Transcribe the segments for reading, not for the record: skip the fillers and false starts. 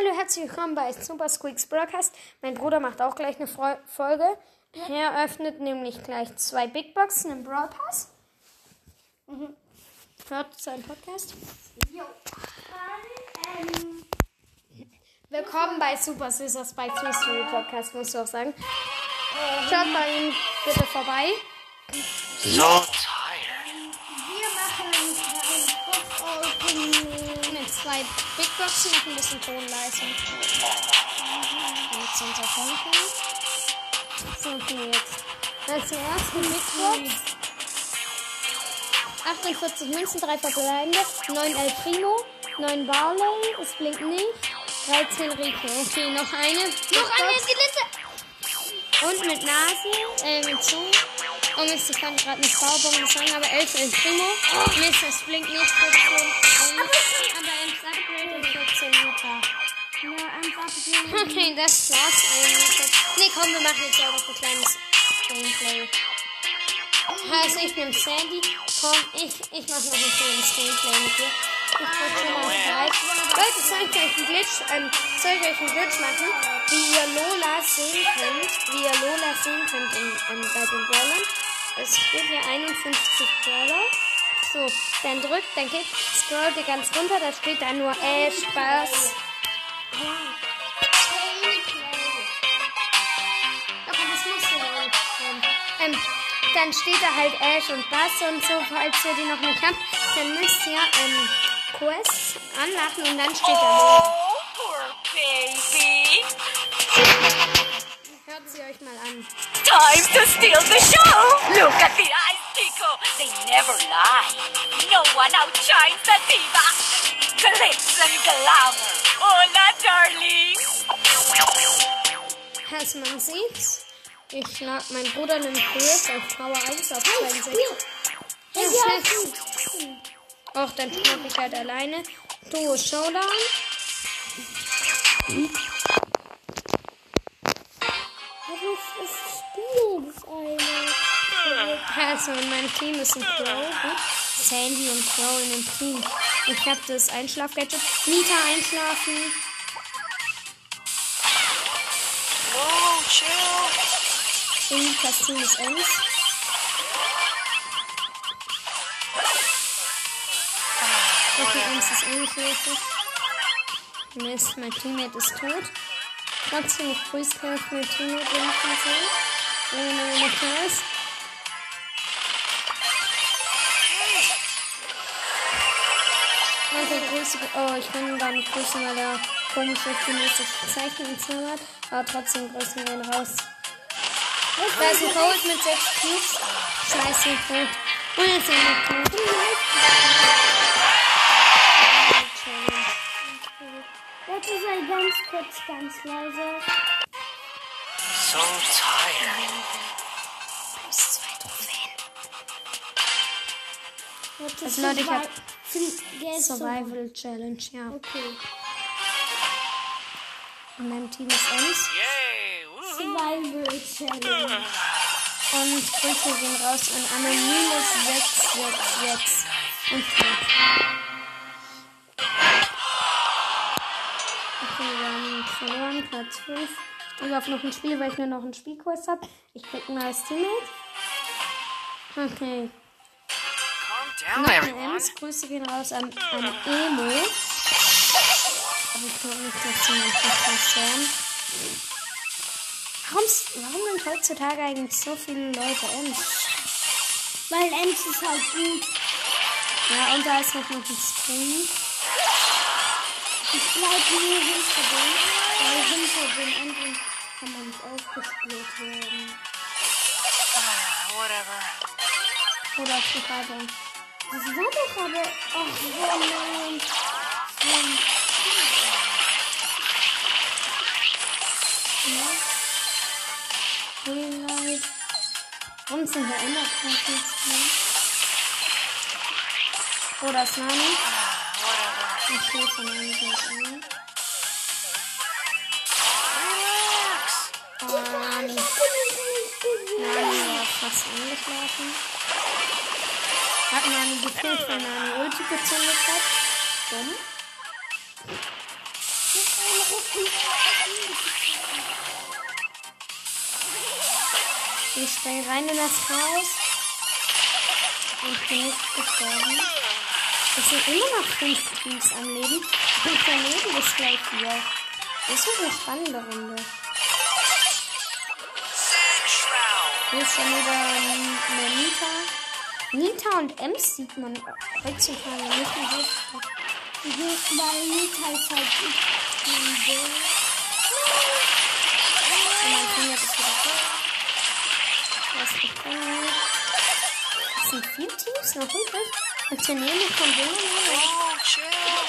Hallo, herzlich willkommen bei Super Squeaks Broadcast. Mein Bruder macht auch gleich eine Folge. Er öffnet nämlich gleich 2 Big Boxen im Brawl Pass. Hört seinen Podcast. Jo. Willkommen bei Super Scissor Spikes Mystery Podcast, musst du auch sagen. Schaut bei ihm bitte vorbei. So tired. Wir machen ein Box-Opening. Mit 2 Big Boxen noch ein bisschen Tonleistung. Damit unser Phone kommt. So, okay, jetzt. Das erste Big Box. 48 Münzen, 3 verbleibende, 9 El Primo, 9 Barley, es blinkt nicht, 13 Rico. Okay, noch eine. Noch eine Skelette. Und mit Nase, mit Zunge. Oh Mist, ich kann gerade nicht Powerbomben sagen, aber 11 El Primo. Mist, es blinkt nicht, 14 aber Ems Upgrade und 14 Liter. Ja, einfach so. Okay, das war's eigentlich. Nee, komm, wir machen jetzt auch noch ein kleines Gameplay. Also ich nehme Sandy. Komm, ich mach noch ein kleines Gameplay mit dir. Ich drück schon mal bereit. Leute, soll ich euch einen Glitch machen, wie ihr Lola sehen könnt bei den Brawlern. Es steht hier 51 Brawler. So, dann scrollt ihr ganz runter, da steht da nur Spaß. Okay, das muss ja nicht. Dann steht da halt Ash und Bass und so, falls ihr die noch nicht habt, dann müsst ihr Quests anmachen und dann steht da Lola. Oh, poor baby. Hört sie euch mal an. Time to steal the show. Look at the eyes, Pico. They never lie. No one outshines the diva. Glitz and glamour. Hola, darling. Also man sieht's. Mein Bruder nimmt Chris auf Power 1 auf 62. Auch dann schnapp ich halt alleine. Duo Showdown. Also in meinem Team ist ein Crow. Sandy und Crow in dem Team. Ich habe das Einschlaf-Gadget. Nita einschlafen. Whoa, chill. Nitas Team ist Ems. Okay, Ems ist eingeschlafen. Mist, mein Teammate ist tot. Trotzdem, ich grüße mein Teammate, wenn ich ihn sehe. Noch was. Okay, Grüße. Oh, ich kann ihn gar nicht grüßen, weil er komische chinesische Zeichen ins Zimmer hat. Aber trotzdem grüßen wir ihn raus. Da ist ein Cold mit 6 Cubes. Scheiße, tot. Und jetzt sind wir tot. Warte, sei ganz kurz, ganz leise. So tired. Plus 2 Trophäen. Warte, Also Leute, ich hab Survival. Survival Challenge, ja. Okay. Und mein Team ist Ems. Yay. Woohoo. Survival Challenge. Und Grüße gehen raus an Anonymous 666. Und okay, wir haben verloren, Platz 5. Ich laufe noch ein Spiel, weil ich nur noch ein Spielquest habe. Ich krieg ein neues Teammate. Okay. Calm down, Noch ein everyone. Ems. Grüße gehen raus an Emo. Aber ich glaube nicht, dass sie mein Podcast hören. Warum sind heutzutage eigentlich so viele Leute Ems? Weil Ems ist halt gut. Ja, und da ist noch ein Screen. Ich bleib nur hinter dem. Weil hinter dem anderen kann man nicht aufgespielt werden. Whatever. Oder auf die Farbe. Das war doch aber... Ach, so nein. Highlight. Warum sind da immer Partys drin? Oder ist Nani? Whatever. Ich stehe von Nani nicht ein. Relax. Oh, Nani. Nani war fast eingeschlafen. Hat Nani gekillt, weil Nani Ulti gezündet hat. Dumm. Ich springe rein in das Haus. Und bin nicht gestorben. Es sind immer noch 5 Teams am Leben. Und daneben ist gleich 4. Das ist eine spannende Runde. Hier ist schon wieder eine Nita. Nita und Ems sieht man heutzutage nicht mehr häufig. Weil Nita ist halt Und mein Finger ist wieder tot. Das sind 4 Teams noch übrig. Und Turniere von denen. Oh, chill.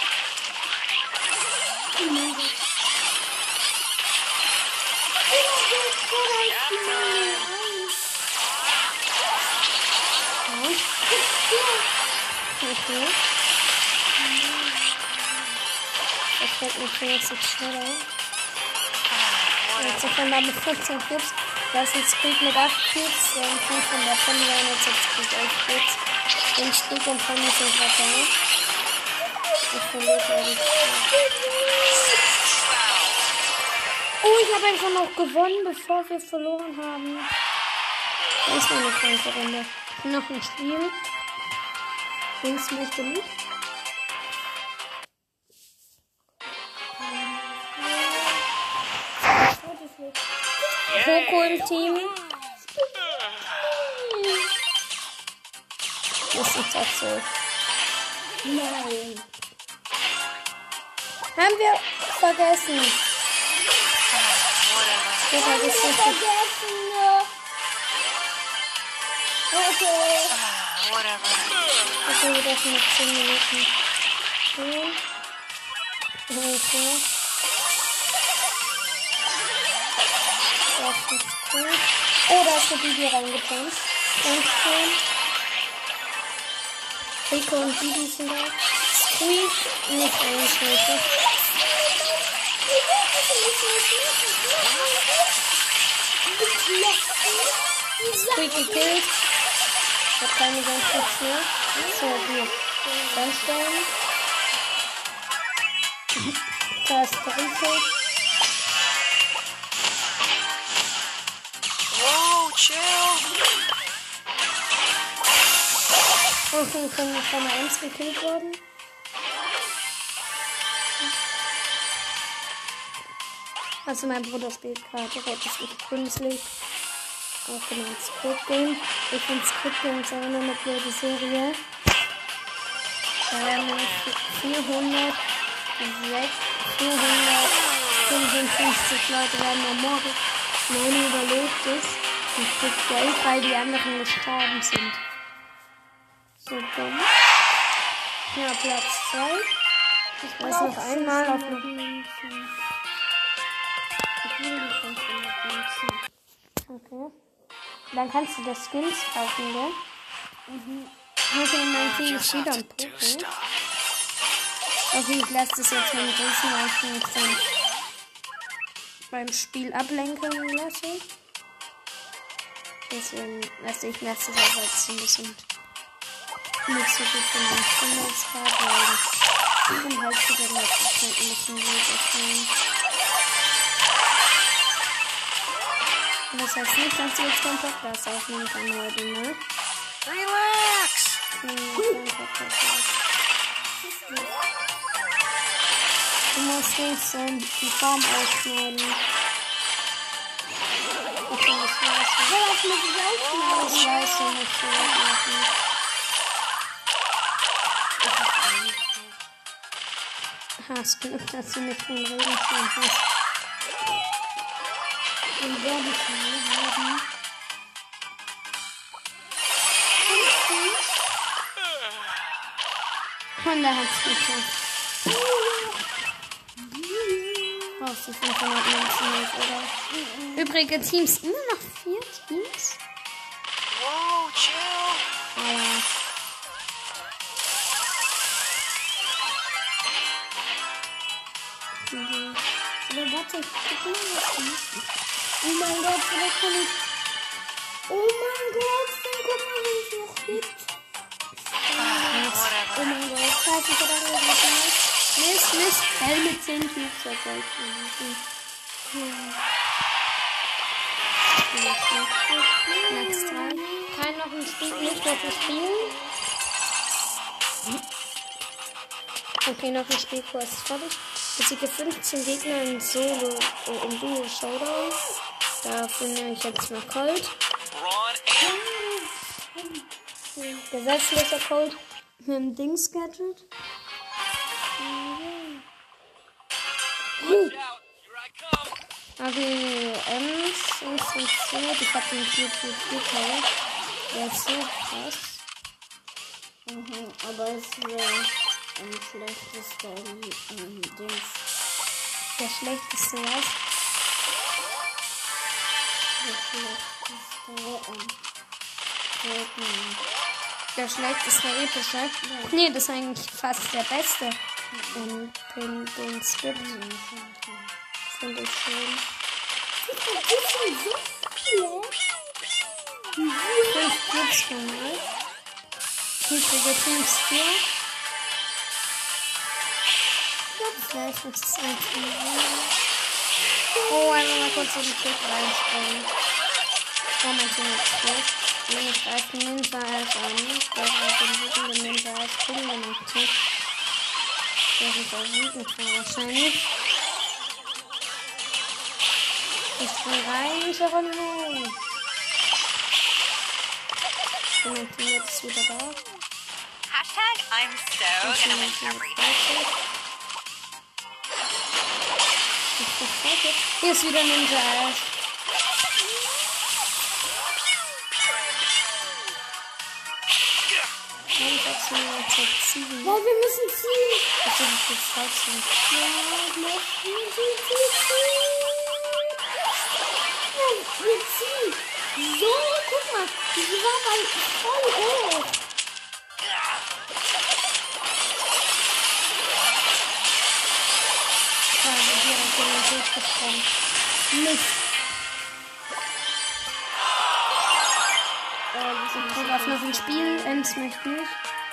Okay. Das fällt mir jetzt schneller. Jetzt sind wir mit 15 Clips. Das ist jetzt Krieg mit 8 Clips. Der Krieg von der Penny war jetzt Krieg 11 Clips. Den Stick und Penny sind dabei. Ich verliere gleich. Oh, ich habe einfach noch gewonnen, bevor wir verloren haben. Das ist eine kranke Runde. Noch ein Spiel. Links möchte nicht. Coco im Team. Das ist auch so. Nein. Haben wir vergessen. Wir vergessen. Okay, wir dürfen noch 10 Minuten spielen. Okay. Das ist cool. Oh, da ist eine Bibi reingetanzt. Ganz schön. Rico und Bibi sind da. Squeak. Nicht eigentlich nicht. Squeak gekillt. Ich hab keine ganz schnell. So, hier. Dann stellen. Da ist der Rico. Whoa, chill. Okay, ich bin von der Ems gekillt worden. Also mein Bruder spielt gerade Rotes Licht Bundesliga. Auch genannt Squid Game. Ich finde Squid Game so eine blöde Serie. Da werden nämlich 455 Leute werden ermordet. 9 überlebt es. Und kriegt Geld, weil die anderen gestorben sind. So, komm. Ja, Platz 2. Ich weiß noch einmal auf dem... Okay. Dann kannst du das Skins kaufen, gell? Okay, mein Team ist wieder ein Poké. Okay, ich lasse das jetzt mit dem Größen, weil ich mich dann beim Spiel ablenken lasse. Deswegen lasse ich das auch jetzt ein bisschen nicht so gut von den Standards gerade, weil ich bin halt für den letzten Zeit ein bisschen blöd. Das heißt nicht, dass du jetzt keinen Podcast aufnehmen kann heute, ne? Relax. Du musst jetzt die Form ausschneiden. Okay, das war's. Ich weiß, du musst so machen. Hast Glück, dass du nicht den Regenschirm hast. Und werde ich mal haben. Und da hat's geschafft. Brauchst du 500 Münzen nicht, oder? Übrige Teams, immer noch 4 Teams? Whoa, chill. Aber... Aber warte, ich guck mal was nicht. Oh mein Gott, vielleicht kann ich... Oh mein Gott, dann guck mal, wie es noch gibt. Oh mein Gott, scheiße, ich hab auch nicht. Mist. Bell mit 10 Cubes erfolgt. Platz 3. Kein noch ein Spiel, nicht noch ein Spiel. Okay, noch ein Spielkurs fertig. Besiege 15 Gegner in Solo, im Duo Showdown. Dafür nehme ich jetzt mal Colt. Gesetzlicher Colt mit dem Dings-Gadget. AWMs instanziert. Ich hab den 4-4-4-Teil. Der ist so krass. Aber es wäre ein schlechtester Dings. Der schlechteste was? Der schlechteste epische? Ja. Nee, das ist eigentlich fast der beste. Den Skip. Finde ich schön. Das sind so viele. 5 Clips von mal. Niedrige Teams 4. Gleich noch 2 Oh, einmal mal kurz in den Clip reinspringen. Oh, mein Team ist tot. Wenn ich greife Ninja als an. Ich greife den wütenden Ninja als Kinder noch zu. Der ist auch wütend wahrscheinlich. Ich spring rein, Geronimo. Und mein Team jetzt wieder da. Hashtag I'm so gonna win every day. Hier ist wieder Ninja Ash. Ja, wir müssen ziehen. Ich will nicht jetzt falsch. Ja, wir ziehen. So, guck mal. Die war bei voll hoch. Also direkt in den Weg gesprungen. Mist. Ich guck auf noch ein Spiel. Ems möchte nicht.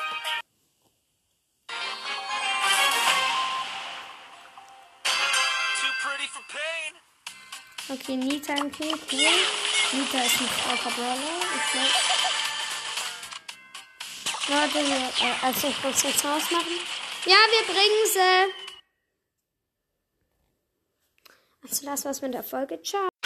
Okay, Nita im Kill, cool. Nita ist ein starker Brawler. Warte, also ich muss jetzt rausmachen. Ja, wir bringen sie. Also das war's mit der Folge. Ciao.